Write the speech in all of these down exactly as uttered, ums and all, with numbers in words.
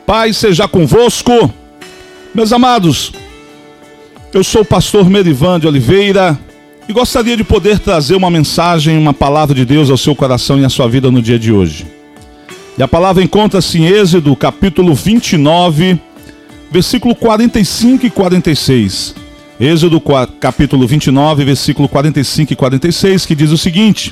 Paz seja convosco, meus amados. Eu sou o pastor Merivan de Oliveira e gostaria de poder trazer uma mensagem, uma palavra de Deus ao seu coração e à sua vida no dia de hoje. E a palavra encontra-se em Êxodo, capítulo vinte e nove, versículo quarenta e cinco e quarenta e seis. Êxodo, capítulo vinte e nove, versículo quarenta e cinco e quarenta e seis, que diz o seguinte: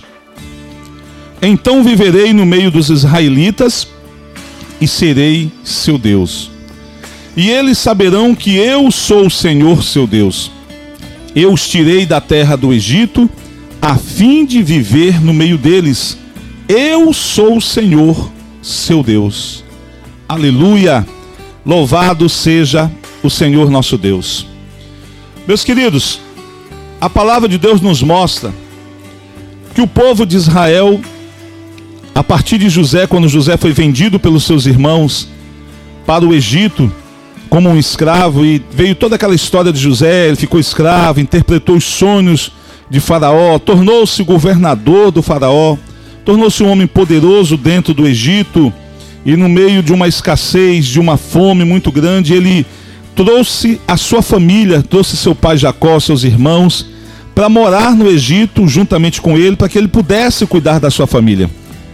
Então viverei no meio dos israelitas e serei seu Deus. E eles saberão que eu sou o Senhor seu Deus. Eu os tirei da terra do Egito, a fim de viver no meio deles. Eu sou o Senhor seu Deus. Aleluia! Louvado seja o Senhor nosso Deus. Meus queridos, a palavra de Deus nos mostra que o povo de Israel, a partir de José, quando José foi vendido pelos seus irmãos para o Egito como um escravo, e veio toda aquela história de José, ele ficou escravo, interpretou os sonhos de Faraó, tornou-se governador do Faraó, tornou-se um homem poderoso dentro do Egito, e no meio de uma escassez, de uma fome muito grande, ele trouxe a sua família, trouxe seu pai Jacó, seus irmãos, para morar no Egito juntamente com ele, para que ele pudesse cuidar da sua família.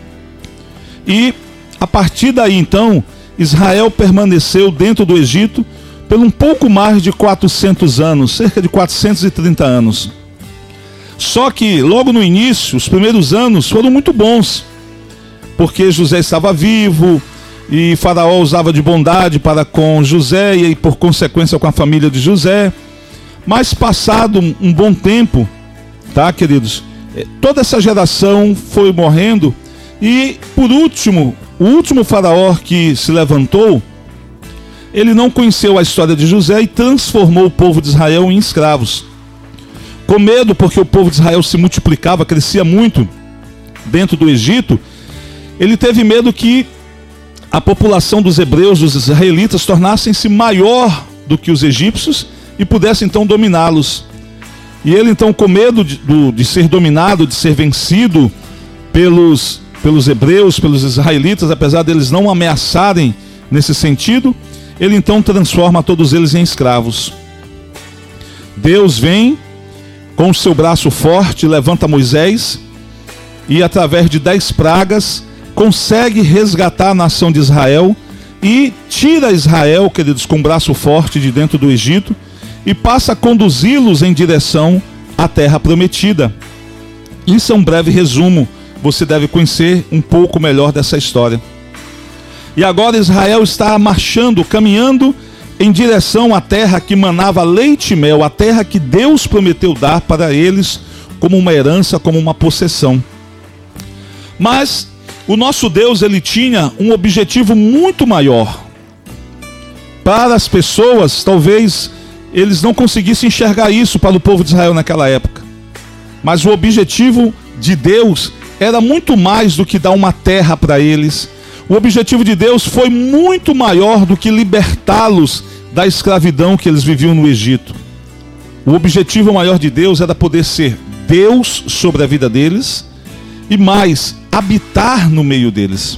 E a partir daí então, Israel permaneceu dentro do Egito por um pouco mais de quatrocentos anos, cerca de quatrocentos e trinta anos. Só que logo no início, os primeiros anos foram muito bons, porque José estava vivo e Faraó usava de bondade para com José e por consequência com a família de José. Mas passado um bom tempo, tá, queridos, toda essa geração foi morrendo. E por último, o último faraó que se levantou, ele não conheceu a história de José e transformou o povo de Israel em escravos. Com medo, porque o povo de Israel se multiplicava, crescia muito dentro do Egito, ele teve medo que a população dos hebreus, dos israelitas, tornassem-se maior do que os egípcios e pudesse então dominá-los. E ele então, com medo de, de ser dominado, de ser vencido pelos pelos hebreus, pelos israelitas, apesar deles não ameaçarem nesse sentido, ele então transforma todos eles em escravos. Deus vem com o seu braço forte, levanta Moisés e através de dez pragas consegue resgatar a nação de Israel e tira Israel, queridos, com o braço forte de dentro do Egito e passa a conduzi-los em direção à terra prometida. Isso é um breve resumo. Você deve conhecer um pouco melhor dessa história. E agora Israel está marchando, caminhando em direção à terra que manava leite e mel, a terra que Deus prometeu dar para eles como uma herança, como uma possessão. Mas o nosso Deus, ele tinha um objetivo muito maior. Para as pessoas, talvez eles não conseguissem enxergar isso para o povo de Israel naquela época. Mas o objetivo de Deus era muito mais do que dar uma terra para eles. O objetivo de Deus foi muito maior do que libertá-los da escravidão que eles viviam no Egito. O objetivo maior de Deus era poder ser Deus sobre a vida deles e mais, habitar no meio deles.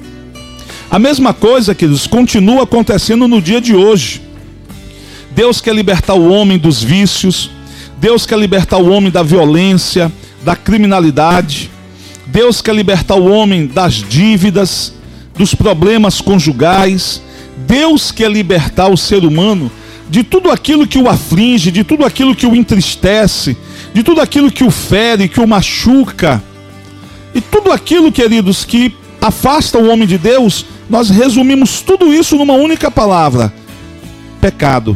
A mesma coisa, queridos, continua acontecendo no dia de hoje. Deus quer libertar o homem dos vícios, Deus quer libertar o homem da violência, da criminalidade. Deus quer libertar o homem das dívidas, dos problemas conjugais. Deus quer libertar o ser humano de tudo aquilo que o aflige, de tudo aquilo que o entristece, de tudo aquilo que o fere, que o machuca. E tudo aquilo, queridos, que afasta o homem de Deus, nós resumimos tudo isso numa única palavra: pecado.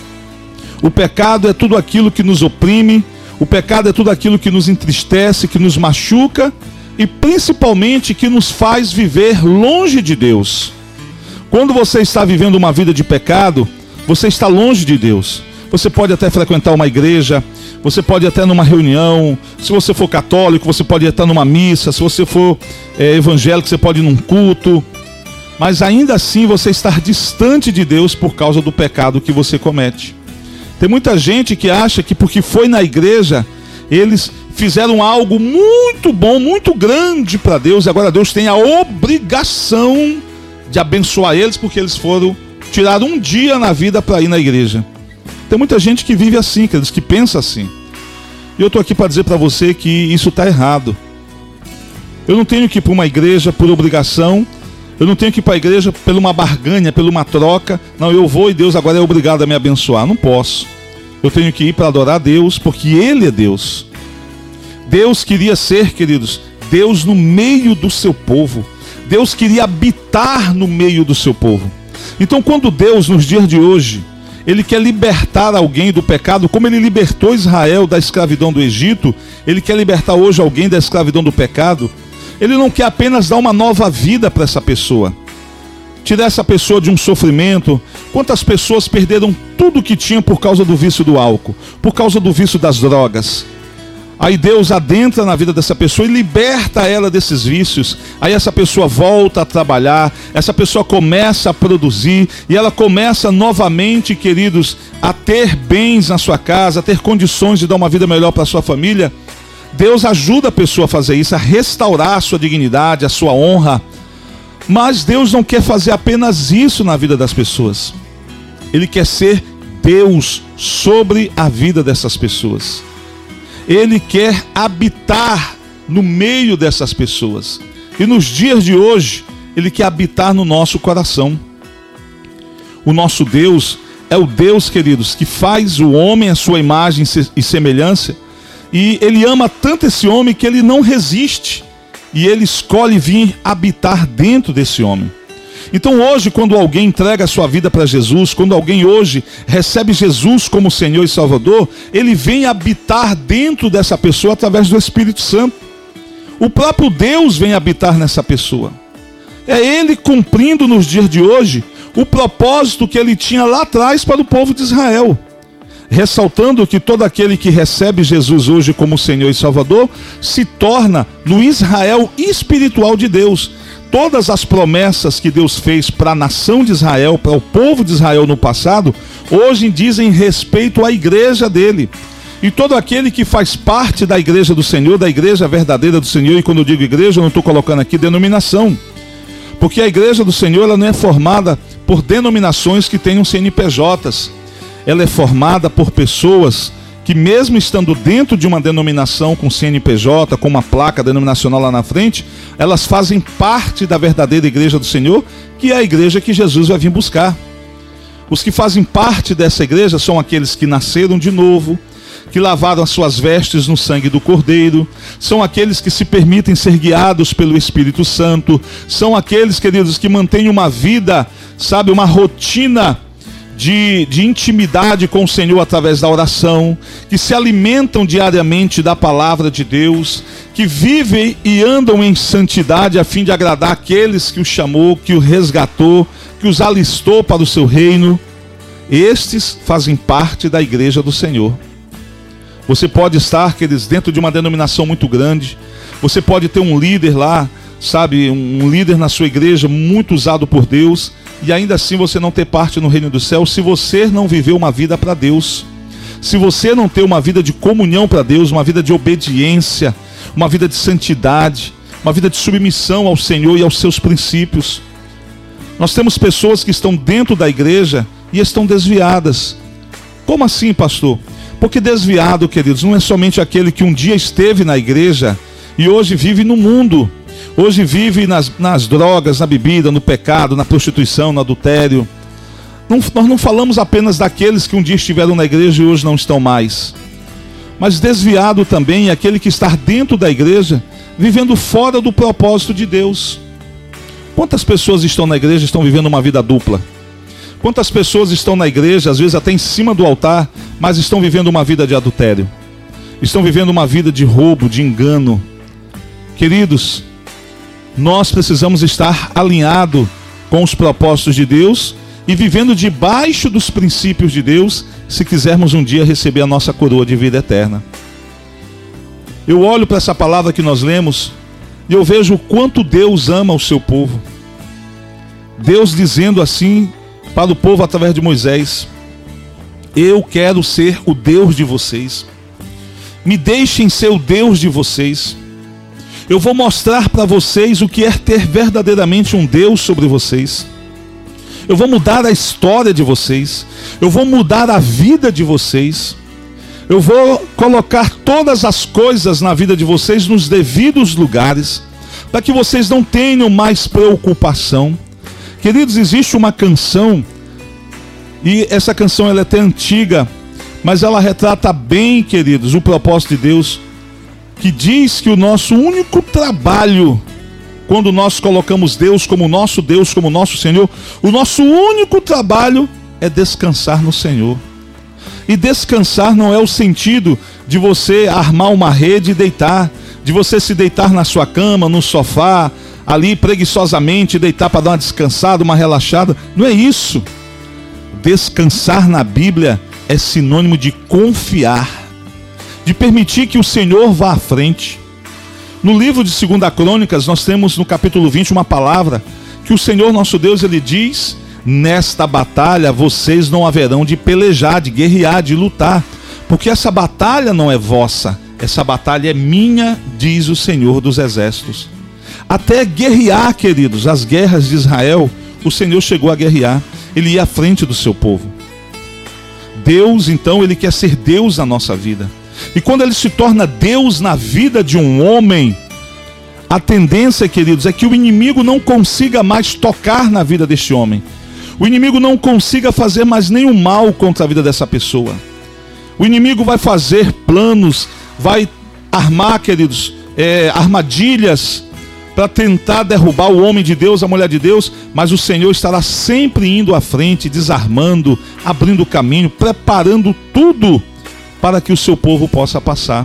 O pecado é tudo aquilo que nos oprime, o pecado é tudo aquilo que nos entristece, que nos machuca e principalmente que nos faz viver longe de Deus. Quando você está vivendo uma vida de pecado, você está longe de Deus. Você pode até frequentar uma igreja, você pode até numa reunião, se você for católico, você pode estar numa missa, se você for é, evangélico, você pode ir num culto, mas ainda assim você está distante de Deus por causa do pecado que você comete. Tem muita gente que acha que porque foi na igreja, eles fizeram algo muito bom, muito grande para Deus, e agora Deus tem a obrigação de abençoar eles porque eles foram tirar um dia na vida para ir na igreja. Tem muita gente que vive assim, queridos, que pensa assim. E eu estou aqui para dizer para você que isso está errado. Eu não tenho que ir para uma igreja por obrigação. Eu não tenho que ir para a igreja por uma barganha, por uma troca. Não, eu vou e Deus agora é obrigado a me abençoar. Não posso. Eu tenho que ir para adorar a Deus, porque Ele é Deus. Deus queria ser, queridos, Deus no meio do seu povo. Deus queria habitar no meio do seu povo. Então, quando Deus, nos dias de hoje, Ele quer libertar alguém do pecado, como Ele libertou Israel da escravidão do Egito, Ele quer libertar hoje alguém da escravidão do pecado. Ele não quer apenas dar uma nova vida para essa pessoa, tirar essa pessoa de um sofrimento. Quantas pessoas perderam tudo que tinham por causa do vício do álcool, por causa do vício das drogas? Aí Deus adentra na vida dessa pessoa e liberta ela desses vícios. Aí essa pessoa volta a trabalhar, essa pessoa começa a produzir, e ela começa novamente, queridos, a ter bens na sua casa, a ter condições de dar uma vida melhor para a sua família. Deus ajuda a pessoa a fazer isso, a restaurar a sua dignidade, a sua honra. Mas Deus não quer fazer apenas isso na vida das pessoas. Ele quer ser Deus sobre a vida dessas pessoas. Ele quer habitar no meio dessas pessoas. E nos dias de hoje, Ele quer habitar no nosso coração. O nosso Deus é o Deus, queridos, que faz o homem à sua imagem e semelhança. E Ele ama tanto esse homem que Ele não resiste. E Ele escolhe vir habitar dentro desse homem. Então hoje, quando alguém entrega a sua vida para Jesus, quando alguém hoje recebe Jesus como Senhor e Salvador, Ele vem habitar dentro dessa pessoa através do Espírito Santo. O próprio Deus vem habitar nessa pessoa. É Ele cumprindo nos dias de hoje o propósito que Ele tinha lá atrás para o povo de Israel. Ressaltando que todo aquele que recebe Jesus hoje como Senhor e Salvador se torna no Israel espiritual de Deus. Todas as promessas que Deus fez para a nação de Israel, para o povo de Israel no passado, hoje dizem respeito à igreja dele. E todo aquele que faz parte da igreja do Senhor, da igreja verdadeira do Senhor, e quando eu digo igreja, eu não estou colocando aqui denominação, porque a igreja do Senhor ela não é formada por denominações que tenham C N P Js. Ela é formada por pessoas que, mesmo estando dentro de uma denominação com C N P J, com uma placa denominacional lá na frente, elas fazem parte da verdadeira igreja do Senhor, que é a igreja que Jesus vai vir buscar. Os que fazem parte dessa igreja são aqueles que nasceram de novo, que lavaram as suas vestes no sangue do Cordeiro, são aqueles que se permitem ser guiados pelo Espírito Santo, são aqueles, queridos, que mantêm uma vida, sabe, uma rotina De, de intimidade com o Senhor através da oração, que se alimentam diariamente da palavra de Deus, que vivem e andam em santidade a fim de agradar aqueles que o chamou, que o resgatou, que os alistou para o seu reino. Estes fazem parte da igreja do Senhor. Você pode estar, queridos, dentro de uma denominação muito grande, você pode ter um líder lá, sabe, um líder na sua igreja muito usado por Deus, e ainda assim você não ter parte no reino do céu, se você não viver uma vida para Deus, se você não ter uma vida de comunhão para Deus, uma vida de obediência, uma vida de santidade, uma vida de submissão ao Senhor e aos seus princípios. Nós temos pessoas que estão dentro da igreja e estão desviadas. Como assim, pastor? Porque desviado, queridos, não é somente aquele que um dia esteve na igreja e hoje vive no mundo. Hoje vive nas, nas drogas, na bebida, no pecado, na prostituição, no adultério. Não, nós não falamos apenas daqueles que um dia estiveram na igreja e hoje não estão mais. Mas desviado também é aquele que está dentro da igreja, vivendo fora do propósito de Deus. Quantas pessoas estão na igreja e estão vivendo uma vida dupla? Quantas pessoas estão na igreja, às vezes até em cima do altar, mas estão vivendo uma vida de adultério? Estão vivendo uma vida de roubo, de engano. Queridos, nós precisamos estar alinhados com os propósitos de Deus e vivendo debaixo dos princípios de Deus, se quisermos um dia receber a nossa coroa de vida eterna. Eu olho para essa palavra que nós lemos e eu vejo o quanto Deus ama o seu povo. Deus dizendo assim para o povo através de Moisés: eu quero ser o Deus de vocês, me deixem ser o Deus de vocês. Eu vou mostrar para vocês o que é ter verdadeiramente um Deus sobre vocês. Eu vou mudar a história de vocês. Eu vou mudar a vida de vocês. Eu vou colocar todas as coisas na vida de vocês nos devidos lugares, para que vocês não tenham mais preocupação. Queridos, existe uma canção, e essa canção ela é até antiga, mas ela retrata bem, queridos, o propósito de Deus, que diz que o nosso único trabalho, quando nós colocamos Deus como nosso Deus, como nosso Senhor, o nosso único trabalho é descansar no Senhor. E descansar não é o sentido de você armar uma rede e deitar, de você se deitar na sua cama, no sofá, ali preguiçosamente, deitar para dar uma descansada, uma relaxada. Não é isso. Descansar na Bíblia é sinônimo de confiar, de permitir que o Senhor vá à frente. No livro de segunda Crônicas, nós temos no capítulo vinte uma palavra que o Senhor nosso Deus, ele diz: nesta batalha vocês não haverão de pelejar, de guerrear, de lutar, porque essa batalha não é vossa, essa batalha é minha, diz o Senhor dos Exércitos. Até guerrear, queridos, as guerras de Israel, o Senhor chegou a guerrear, ele ia à frente do seu povo. Deus, então, ele quer ser Deus na nossa vida. E quando ele se torna Deus na vida de um homem, a tendência, queridos, é que o inimigo não consiga mais tocar na vida deste homem. O inimigo não consiga fazer mais nenhum mal contra a vida dessa pessoa. O inimigo vai fazer planos, vai armar, queridos, é, armadilhas para tentar derrubar o homem de Deus, a mulher de Deus, mas o Senhor estará sempre indo à frente, desarmando, abrindo o caminho, preparando tudo para que o seu povo possa passar.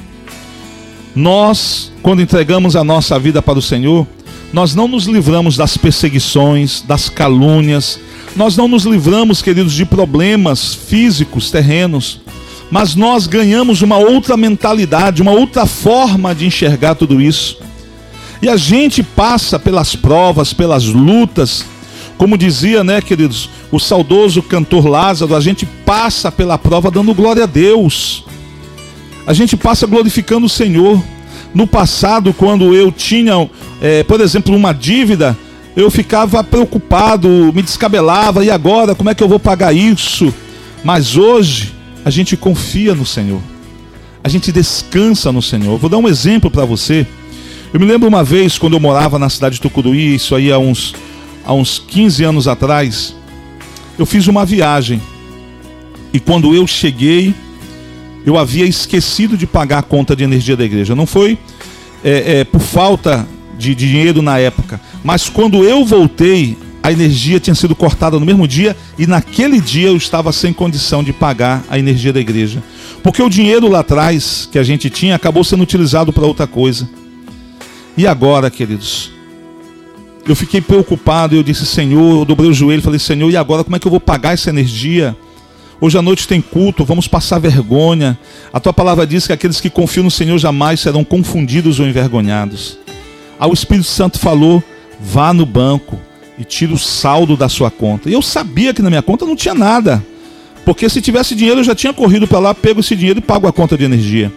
Nós, quando entregamos a nossa vida para o Senhor, nós não nos livramos das perseguições, das calúnias, nós não nos livramos, queridos, de problemas físicos, terrenos, mas nós ganhamos uma outra mentalidade, uma outra forma de enxergar tudo isso. E a gente passa pelas provas, pelas lutas, como dizia, né, queridos, o saudoso cantor Lázaro, a gente passa pela prova dando glória a Deus. A gente passa glorificando o Senhor. No passado, quando eu tinha, é, por exemplo, uma dívida, eu ficava preocupado, me descabelava, e agora, como é que eu vou pagar isso? Mas hoje, a gente confia no Senhor. A gente descansa no Senhor. Eu vou dar um exemplo para você. Eu me lembro uma vez, quando eu morava na cidade de Tucuruí, isso aí há uns, há uns quinze anos atrás, eu fiz uma viagem. E quando eu cheguei, eu havia esquecido de pagar a conta de energia da igreja. Não foi é, é, por falta de, de dinheiro na época, mas quando eu voltei, a energia tinha sido cortada no mesmo dia, e naquele dia eu estava sem condição de pagar a energia da igreja, porque o dinheiro lá atrás que a gente tinha acabou sendo utilizado para outra coisa. E agora, queridos, eu fiquei preocupado, eu disse: Senhor, eu dobrei o joelho e falei: Senhor, e agora como é que eu vou pagar essa energia? Hoje à noite tem culto, vamos passar vergonha. A tua palavra diz que aqueles que confiam no Senhor jamais serão confundidos ou envergonhados. Aí o Espírito Santo falou: vá no banco e tira o saldo da sua conta. E eu sabia que na minha conta não tinha nada, porque se tivesse dinheiro eu já tinha corrido para lá, pego esse dinheiro e pago a conta de energia.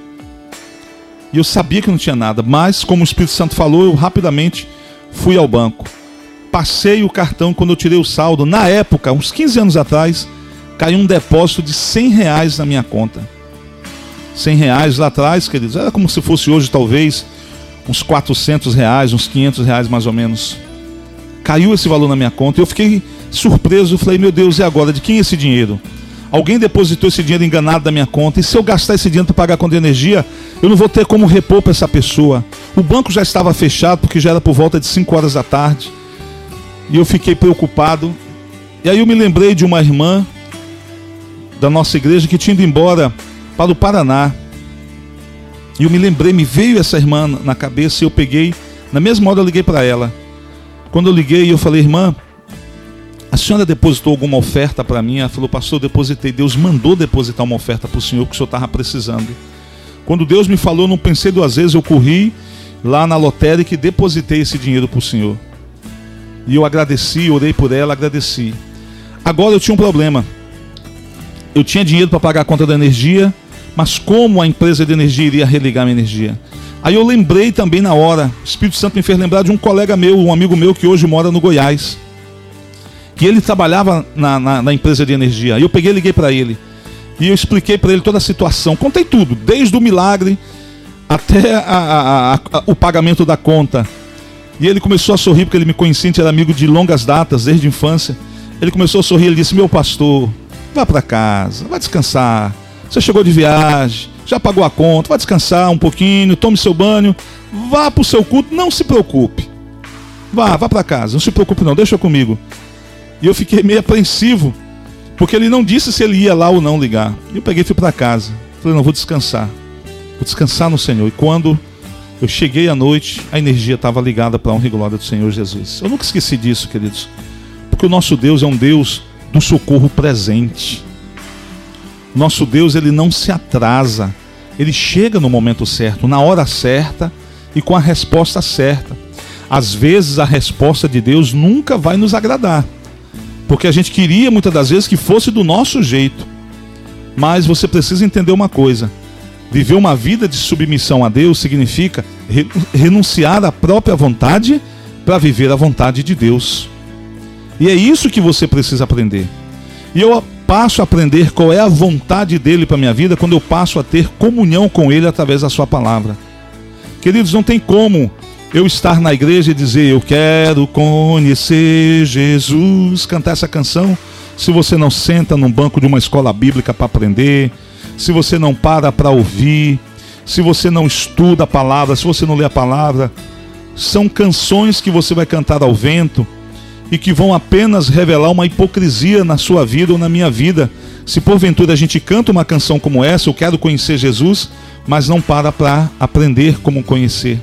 E eu sabia que não tinha nada, mas como o Espírito Santo falou, eu rapidamente fui ao banco. Passei o cartão, quando eu tirei o saldo, na época, uns quinze anos atrás, caiu um depósito de cem reais na minha conta. cem reais lá atrás, queridos, era como se fosse hoje talvez uns quatrocentos reais, uns quinhentos reais mais ou menos. Caiu esse valor na minha conta e eu fiquei surpreso. Eu falei: meu Deus, e agora? De quem é esse dinheiro? Alguém depositou esse dinheiro enganado da minha conta, e se eu gastar esse dinheiro para pagar a conta de energia, eu não vou ter como repor para essa pessoa. O banco já estava fechado, porque já era por volta de cinco horas da tarde, e eu fiquei preocupado. E aí eu me lembrei de uma irmã da nossa igreja que tinha ido embora para o Paraná, e eu me lembrei, me veio essa irmã na cabeça, e eu peguei, na mesma hora eu liguei para ela. Quando eu liguei, eu falei: irmã, a senhora depositou alguma oferta para mim? Ela falou: pastor, eu depositei. Deus mandou depositar uma oferta para o senhor, que o senhor estava precisando. Quando Deus me falou, eu não pensei duas vezes, eu corri lá na lotérica e depositei esse dinheiro para o senhor. E eu agradeci, orei por ela, agradeci. Agora eu tinha um problema. Eu tinha dinheiro para pagar a conta da energia, mas como a empresa de energia iria religar a minha energia? Aí eu lembrei também na hora, o Espírito Santo me fez lembrar de um colega meu, um amigo meu que hoje mora no Goiás, que ele trabalhava na, na, na empresa de energia. Aí eu peguei e liguei para ele, e eu expliquei para ele toda a situação, contei tudo, desde o milagre até a, a, a, a, o pagamento da conta. E ele começou a sorrir, porque ele me conhecia, a gente era amigo de longas datas, desde a infância. Ele começou a sorrir, ele disse: meu pastor, vá para casa, vai descansar, você chegou de viagem, já pagou a conta, vai descansar um pouquinho, tome seu banho, vá para o seu culto, não se preocupe. Vá, vá para casa, não se preocupe não, deixa comigo. E eu fiquei meio apreensivo, porque ele não disse se ele ia lá ou não ligar. E eu peguei e fui para casa. Falei: não, vou descansar, vou descansar no Senhor. E quando eu cheguei à noite, a energia estava ligada para a honra e glória do Senhor Jesus. Eu nunca esqueci disso, queridos, porque o nosso Deus é um Deus do socorro presente. Nosso Deus, ele não se atrasa, ele chega no momento certo, na hora certa e com a resposta certa. Às vezes a resposta de Deus nunca vai nos agradar, porque a gente queria muitas das vezes que fosse do nosso jeito. Mas você precisa entender uma coisa: viver uma vida de submissão a Deus significa renunciar à própria vontade para viver a vontade de Deus. E é isso que você precisa aprender. E eu passo a aprender qual é a vontade dele para a minha vida quando eu passo a ter comunhão com ele através da sua palavra. Queridos, não tem como eu estar na igreja e dizer: eu quero conhecer Jesus, cantar essa canção, se você não senta num banco de uma escola bíblica para aprender, se você não para para ouvir, se você não estuda a palavra, se você não lê a palavra. São canções que você vai cantar ao vento e que vão apenas revelar uma hipocrisia na sua vida ou na minha vida. Se porventura a gente canta uma canção como essa: eu quero conhecer Jesus, mas não para para aprender como conhecer.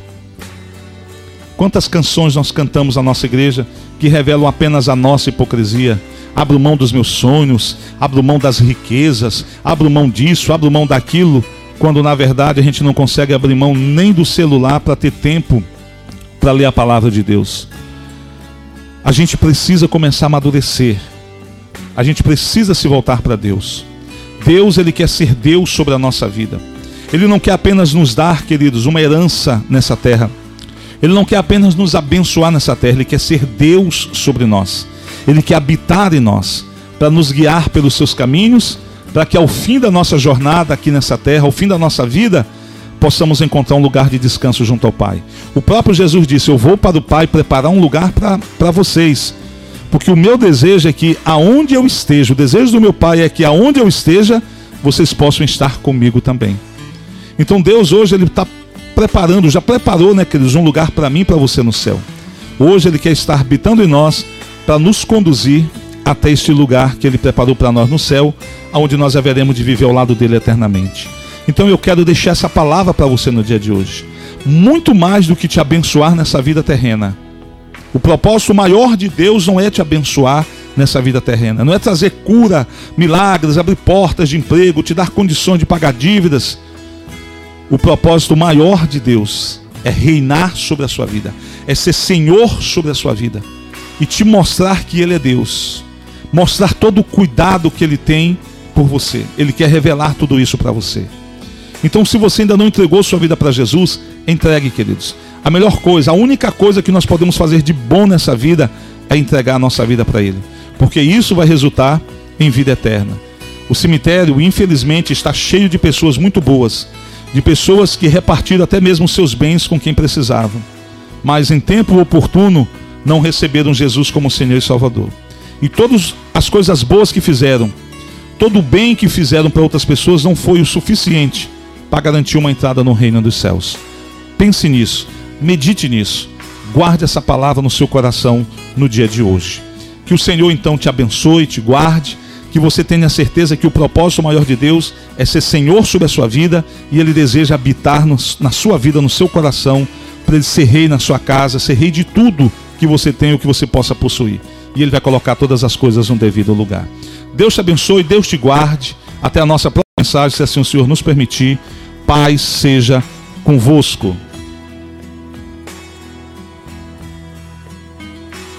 Quantas canções nós cantamos na nossa igreja que revelam apenas a nossa hipocrisia? Abro mão dos meus sonhos, abro mão das riquezas, abro mão disso, abro mão daquilo, quando na verdade a gente não consegue abrir mão nem do celular para ter tempo para ler a palavra de Deus. A gente precisa começar a amadurecer. A gente precisa se voltar para Deus. Deus, ele quer ser Deus sobre a nossa vida. Ele não quer apenas nos dar, queridos, uma herança nessa terra. Ele não quer apenas nos abençoar nessa terra. Ele quer ser Deus sobre nós. Ele quer habitar em nós, para nos guiar pelos seus caminhos, para que ao fim da nossa jornada aqui nessa terra, ao fim da nossa vida, possamos encontrar um lugar de descanso junto ao Pai. O próprio Jesus disse: eu vou para o Pai preparar um lugar para vocês, porque o meu desejo é que aonde eu esteja, o desejo do meu Pai é que aonde eu esteja, vocês possam estar comigo também. Então Deus hoje, ele está preparando, já preparou, né, queridos, um lugar para mim e para você no céu. Hoje ele quer estar habitando em nós para nos conduzir até este lugar que ele preparou para nós no céu, onde nós haveremos de viver ao lado dele eternamente. Então eu quero deixar essa palavra para você no dia de hoje. Muito mais do que te abençoar nessa vida terrena. O propósito maior de Deus não é te abençoar nessa vida terrena. Não é trazer cura, milagres, abrir portas de emprego, te dar condições de pagar dívidas. O propósito maior de Deus é reinar sobre a sua vida. É ser Senhor sobre a sua vida. E te mostrar que Ele é Deus. Mostrar todo o cuidado que Ele tem por você. Ele quer revelar tudo isso para você. Então, se você ainda não entregou sua vida para Jesus, entregue, queridos. A melhor coisa, a única coisa que nós podemos fazer de bom nessa vida é entregar a nossa vida para Ele. Porque isso vai resultar em vida eterna. O cemitério, infelizmente, está cheio de pessoas muito boas. De pessoas que repartiram até mesmo seus bens com quem precisavam. Mas em tempo oportuno, não receberam Jesus como Senhor e Salvador. E todas as coisas boas que fizeram, todo o bem que fizeram para outras pessoas não foi o suficiente para garantir uma entrada no reino dos céus. Pense nisso, medite nisso, guarde essa palavra no seu coração no dia de hoje. Que o Senhor então te abençoe, te guarde, que você tenha certeza que o propósito maior de Deus é ser Senhor sobre a sua vida, e Ele deseja habitar no, na sua vida, no seu coração, para Ele ser rei na sua casa, ser rei de tudo que você tem ou que você possa possuir. E Ele vai colocar todas as coisas no devido lugar. Deus te abençoe, Deus te guarde. Até a nossa próxima mensagem, se assim o Senhor nos permitir. Paz seja convosco.